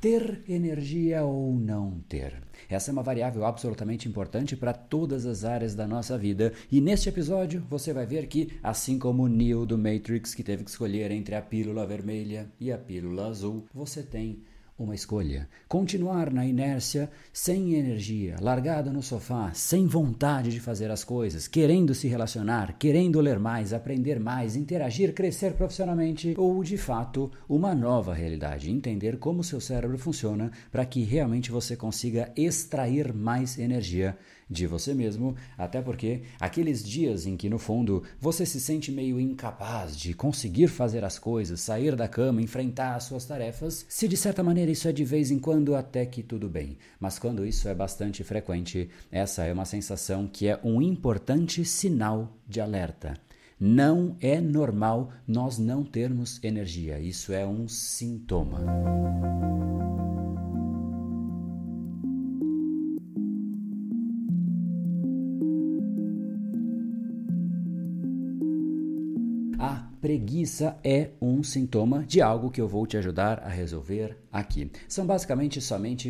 ter energia ou não ter. Essa é uma variável absolutamente importante para todas as áreas da nossa vida. E neste episódio você vai ver que, assim como o Neo do Matrix, que teve que escolher entre a pílula vermelha e a pílula azul, você tem uma escolha. Continuar na inércia, sem energia, largado no sofá, sem vontade de fazer as coisas, querendo se relacionar, querendo ler mais, aprender mais, interagir, crescer profissionalmente, ou de fato uma nova realidade, entender como seu cérebro funciona para que realmente você consiga extrair mais energia de você mesmo, até porque aqueles dias em que no fundo você se sente meio incapaz de conseguir fazer as coisas, sair da cama, enfrentar as suas tarefas, se de certa maneira isso é de vez em quando, até que tudo bem, mas quando isso é bastante frequente, essa é uma sensação que é um importante sinal de alerta. Não é normal nós não termos energia, isso é um sintoma. A preguiça é um sintoma de algo que eu vou te ajudar a resolver aqui. São basicamente somente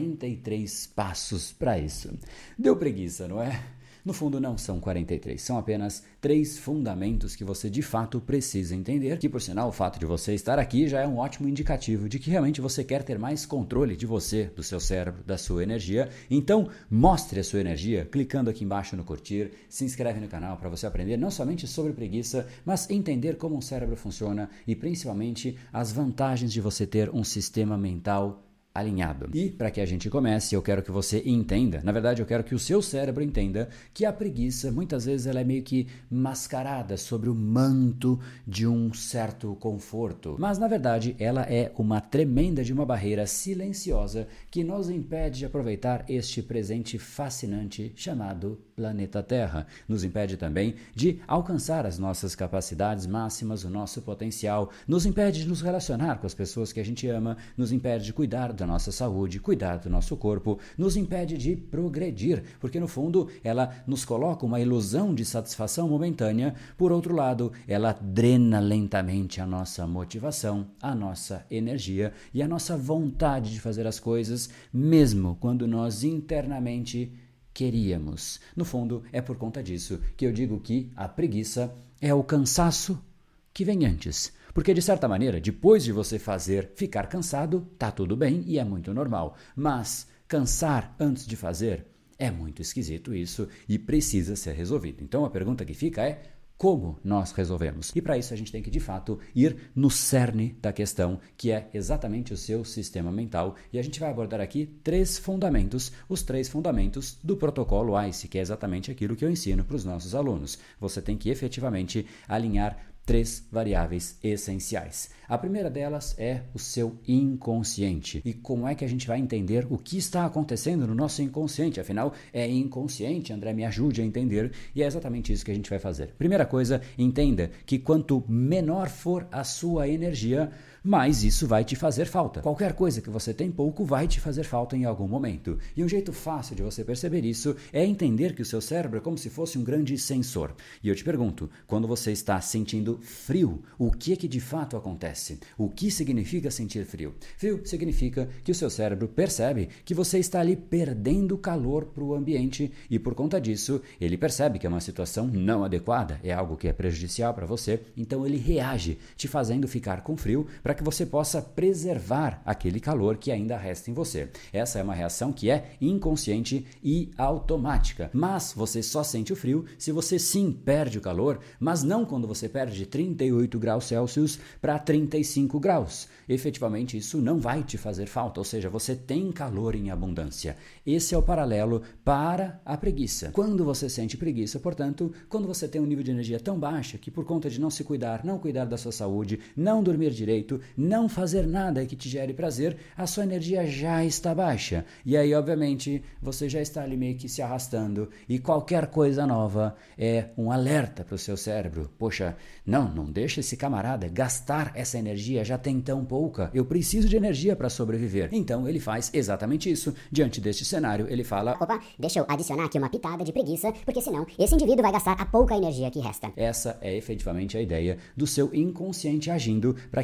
43 passos para isso. Deu preguiça, não é? No fundo não são 43, são apenas 3 fundamentos que você de fato precisa entender, que por sinal o fato de você estar aqui já é um ótimo indicativo de que realmente você quer ter mais controle de você, do seu cérebro, da sua energia. Então mostre a sua energia clicando aqui embaixo no curtir, se inscreve no canal para você aprender não somente sobre preguiça, mas entender como o cérebro funciona e principalmente as vantagens de você ter um sistema mental alinhado. E para que a gente comece, eu quero que você entenda, na verdade eu quero que o seu cérebro entenda que a preguiça muitas vezes ela é meio que mascarada sobre o manto de um certo conforto, mas na verdade ela é uma tremenda de uma barreira silenciosa que nos impede de aproveitar este presente fascinante chamado planeta Terra. Nos impede também de alcançar as nossas capacidades máximas, o nosso potencial, nos impede de nos relacionar com as pessoas que a gente ama, nos impede de cuidar da nossa saúde, cuidar do nosso corpo, nos impede de progredir, porque no fundo ela nos coloca uma ilusão de satisfação momentânea, por outro lado, ela drena lentamente a nossa motivação, a nossa energia e a nossa vontade de fazer as coisas, mesmo quando nós internamente queríamos. No fundo, é por conta disso que eu digo que a preguiça é o cansaço que vem antes. Porque, de certa maneira, depois de você ficar cansado, tá tudo bem e é muito normal. Mas cansar antes de fazer é muito esquisito isso e precisa ser resolvido. Então, a pergunta que fica é: como nós resolvemos? E para isso a gente tem que, de fato, ir no cerne da questão, que é exatamente o seu sistema mental. E a gente vai abordar aqui 3 fundamentos, os 3 fundamentos do protocolo ICE, que é exatamente aquilo que eu ensino para os nossos alunos. Você tem que efetivamente alinhar 3 variáveis essenciais. A primeira delas é o seu inconsciente. E como é que a gente vai entender o que está acontecendo no nosso inconsciente? Afinal, é inconsciente, André, me ajude a entender. E é exatamente isso que a gente vai fazer. Primeira coisa, entenda que quanto menor for a sua energia, mais isso vai te fazer falta. Qualquer coisa que você tem pouco vai te fazer falta em algum momento. E um jeito fácil de você perceber isso é entender que o seu cérebro é como se fosse um grande sensor. E eu te pergunto, quando você está sentindo frio, o que é que de fato acontece? O que significa sentir frio? Frio significa que o seu cérebro percebe que você está ali perdendo calor para o ambiente e por conta disso ele percebe que é uma situação não adequada, é algo que é prejudicial para você, então ele reage te fazendo ficar com frio para que você possa preservar aquele calor que ainda resta em você. Essa é uma reação que é inconsciente e automática, mas você só sente o frio se você sim perde o calor, mas não quando você perde de 38 graus Celsius para 35 graus. Efetivamente isso não vai te fazer falta, ou seja, você tem calor em abundância. Esse é o paralelo para a preguiça. Quando você sente preguiça, portanto, quando você tem um nível de energia tão baixo que por conta de não se cuidar, não cuidar da sua saúde, não dormir direito, não fazer nada que te gere prazer, a sua energia já está baixa. E aí, obviamente, você já está ali meio que se arrastando e qualquer coisa nova é um alerta para o seu cérebro. Poxa, não deixa esse camarada gastar essa energia, já tem tão pouca, eu preciso de energia para sobreviver. Então ele faz exatamente isso. Diante deste cenário, ele fala: opa, deixa eu adicionar aqui uma pitada de preguiça, porque senão esse indivíduo vai gastar a pouca energia que resta. Essa é efetivamente a ideia do seu inconsciente agindo para que efetivamente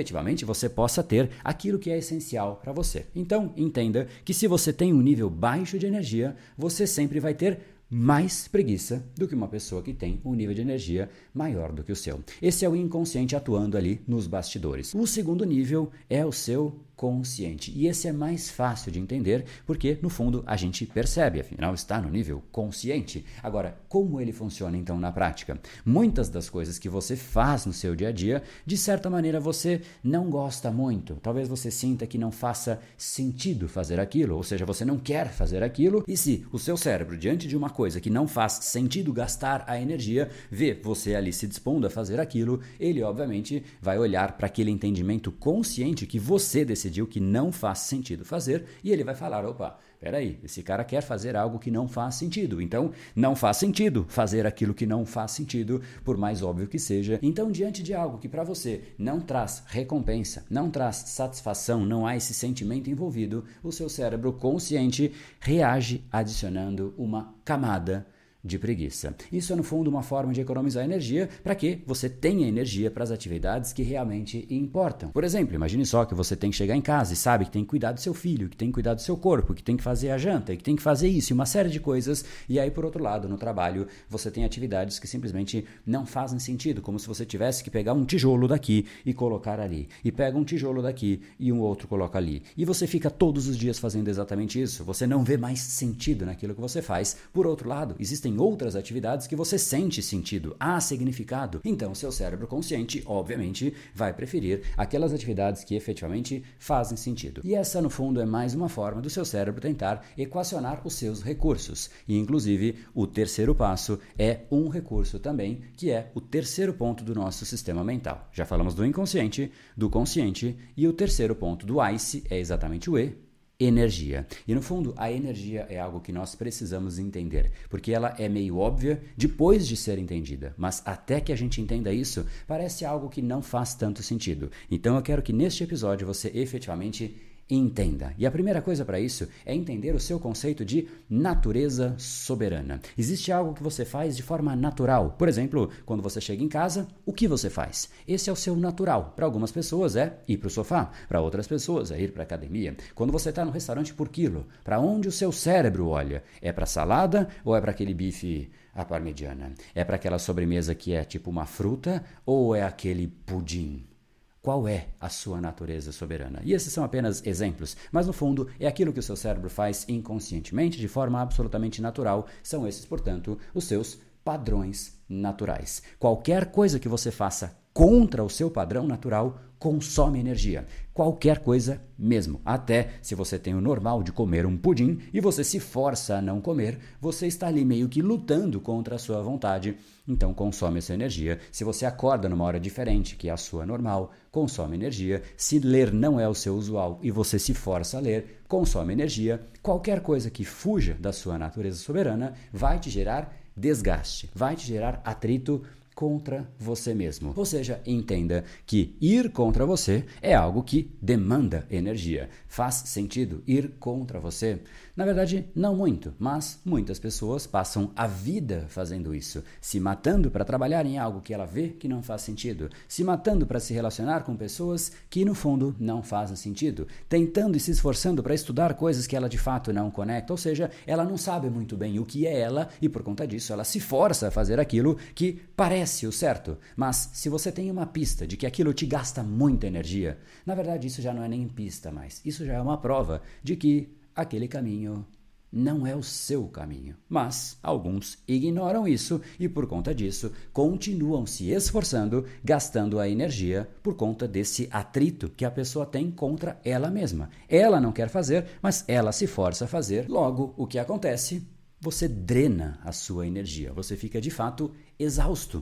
efetivamente você possa ter aquilo que é essencial para você. Então, entenda que se você tem um nível baixo de energia, você sempre vai ter mais preguiça do que uma pessoa que tem um nível de energia maior do que o seu. Esse é o inconsciente atuando ali nos bastidores. O segundo nível é o seu consciente. E esse é mais fácil de entender porque, no fundo, a gente percebe, afinal, está no nível consciente. Agora, como ele funciona então na prática? Muitas das coisas que você faz no seu dia a dia, de certa maneira você não gosta muito. Talvez você sinta que não faça sentido fazer aquilo, ou seja, você não quer fazer aquilo. E se o seu cérebro, diante de uma coisa que não faz sentido gastar a energia, vê você ali se dispondo a fazer aquilo, ele obviamente vai olhar para aquele entendimento consciente que você decidiu que não faz sentido fazer e ele vai falar, opa, peraí, esse cara quer fazer algo que não faz sentido, então não faz sentido fazer aquilo que não faz sentido, por mais óbvio que seja. Então, diante de algo que para você não traz recompensa, não traz satisfação, não há esse sentimento envolvido, o seu cérebro consciente reage adicionando uma camada de preguiça. Isso é, no fundo, uma forma de economizar energia para que você tenha energia para as atividades que realmente importam. Por exemplo, imagine só que você tem que chegar em casa e sabe que tem que cuidar do seu filho, que tem que cuidar do seu corpo, que tem que fazer a janta, que tem que fazer isso e uma série de coisas. E aí, por outro lado, no trabalho, você tem atividades que simplesmente não fazem sentido, como se você tivesse que pegar um tijolo daqui e colocar ali. E pega um tijolo daqui e um outro coloca ali. E você fica todos os dias fazendo exatamente isso. Você não vê mais sentido naquilo que você faz. Por outro lado, existem outras atividades que você sente sentido, há significado. Então, seu cérebro consciente, obviamente, vai preferir aquelas atividades que efetivamente fazem sentido. E essa, no fundo, é mais uma forma do seu cérebro tentar equacionar os seus recursos. E, inclusive, o terceiro passo é um recurso também, que é o terceiro ponto do nosso sistema mental. Já falamos do inconsciente, do consciente, e o terceiro ponto do ICE é exatamente o E, energia. E no fundo, a energia é algo que nós precisamos entender, porque ela é meio óbvia depois de ser entendida, mas até que a gente entenda isso, parece algo que não faz tanto sentido. Então eu quero que neste episódio você efetivamente entenda. E a primeira coisa para isso é entender o seu conceito de natureza soberana. Existe algo que você faz de forma natural. Por exemplo, quando você chega em casa, o que você faz? Esse é o seu natural. Para algumas pessoas é ir para o sofá, para outras pessoas é ir para a academia. Quando você está no restaurante por quilo, para onde o seu cérebro olha? É para salada ou é para aquele bife à parmegiana? É para aquela sobremesa que é tipo uma fruta ou é aquele pudim? Qual é a sua natureza soberana? E esses são apenas exemplos, mas no fundo é aquilo que o seu cérebro faz inconscientemente, de forma absolutamente natural. São esses, portanto, os seus padrões naturais. Qualquer coisa que você faça contra o seu padrão natural consome energia. Qualquer coisa mesmo. Até se você tem o normal de comer um pudim e você se força a não comer, você está ali meio que lutando contra a sua vontade, então consome essa energia. Se você acorda numa hora diferente, que é a sua normal, consome energia. Se ler não é o seu usual e você se força a ler, consome energia. Qualquer coisa que fuja da sua natureza soberana vai te gerar desgaste, vai te gerar atrito contra você mesmo. Ou seja, entenda que ir contra você é algo que demanda energia. Faz sentido ir contra você? Na verdade, não muito, mas muitas pessoas passam a vida fazendo isso, se matando para trabalhar em algo que ela vê que não faz sentido, se matando para se relacionar com pessoas que no fundo não fazem sentido, tentando e se esforçando para estudar coisas que ela de fato não conecta, ou seja, ela não sabe muito bem o que é ela e por conta disso ela se força a fazer aquilo que parece o certo, mas se você tem uma pista de que aquilo te gasta muita energia, na verdade isso já não é nem pista mais, isso já é uma prova de que aquele caminho não é o seu caminho. Mas alguns ignoram isso e por conta disso continuam se esforçando, gastando a energia por conta desse atrito que a pessoa tem contra ela mesma. Ela não quer fazer, mas ela se força a fazer. Logo, o que acontece? Você drena a sua energia, você fica de fato exausto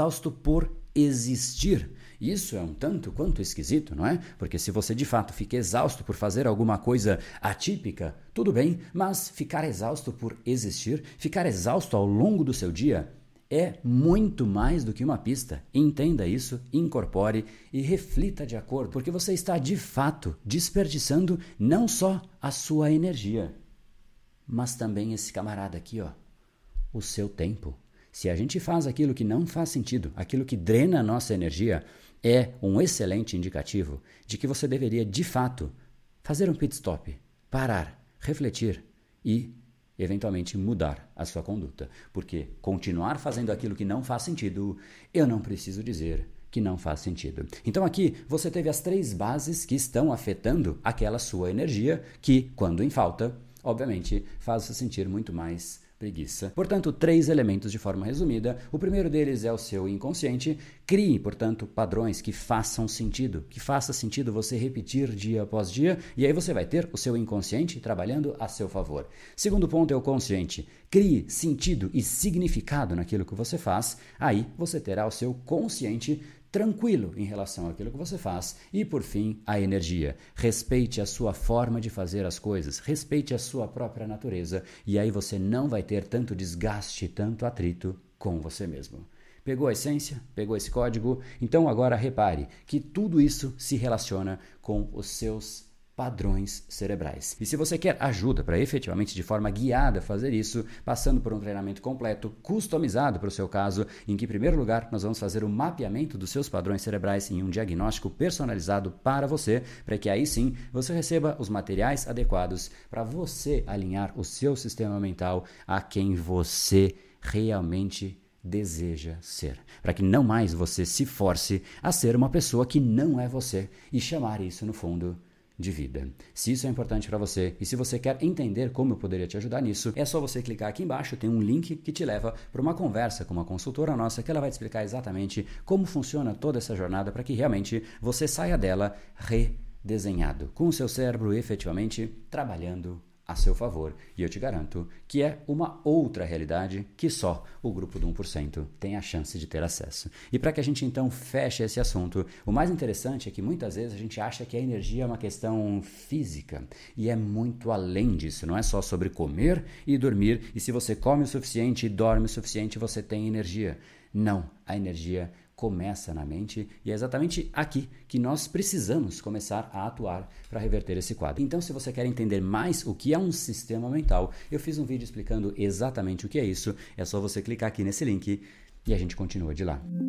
por existir. Isso é um tanto quanto esquisito, não é? Porque se você de fato fica exausto por fazer alguma coisa atípica, tudo bem, mas ficar exausto por existir, ficar exausto ao longo do seu dia, é muito mais do que uma pista. Entenda isso, incorpore e reflita de acordo, porque você está de fato desperdiçando não só a sua energia, mas também esse camarada aqui, ó, o seu tempo. Se a gente faz aquilo que não faz sentido, aquilo que drena a nossa energia, é um excelente indicativo de que você deveria, de fato, fazer um pit stop, parar, refletir e, eventualmente, mudar a sua conduta. Porque continuar fazendo aquilo que não faz sentido, eu não preciso dizer que não faz sentido. Então aqui você teve as 3 bases que estão afetando aquela sua energia que, quando em falta, obviamente, faz você sentir muito mais preguiça. Portanto, 3 elementos de forma resumida. O primeiro deles é o seu inconsciente. Crie, portanto, padrões que façam sentido, que faça sentido você repetir dia após dia, e aí você vai ter o seu inconsciente trabalhando a seu favor. Segundo ponto é o consciente. Crie sentido e significado naquilo que você faz, aí você terá o seu consciente tranquilo em relação àquilo que você faz. E, por fim, a energia. Respeite a sua forma de fazer as coisas, respeite a sua própria natureza, e aí você não vai ter tanto desgaste, tanto atrito com você mesmo. Pegou a essência? Pegou esse código? Então agora repare que tudo isso se relaciona com os seus padrões cerebrais. E se você quer ajuda para efetivamente de forma guiada fazer isso, passando por um treinamento completo, customizado para o seu caso, em que em primeiro lugar nós vamos fazer o mapeamento dos seus padrões cerebrais em um diagnóstico personalizado para você, para que aí sim você receba os materiais adequados para você alinhar o seu sistema mental a quem você realmente deseja ser, para que não mais você se force a ser uma pessoa que não é você e chamar isso no fundo de vida. Se isso é importante para você e se você quer entender como eu poderia te ajudar nisso, é só você clicar aqui embaixo, tem um link que te leva para uma conversa com uma consultora nossa que ela vai te explicar exatamente como funciona toda essa jornada para que realmente você saia dela redesenhado, com o seu cérebro efetivamente trabalhando a seu favor. E eu te garanto que é uma outra realidade que só o grupo do 1% tem a chance de ter acesso. E para que a gente então feche esse assunto, o mais interessante é que muitas vezes a gente acha que a energia é uma questão física e é muito além disso. Não é só sobre comer e dormir e se você come o suficiente e dorme o suficiente você tem energia. Não, a energia começa na mente e é exatamente aqui que nós precisamos começar a atuar para reverter esse quadro. Então, se você quer entender mais o que é um sistema mental, eu fiz um vídeo explicando exatamente o que é isso, é só você clicar aqui nesse link e a gente continua de lá.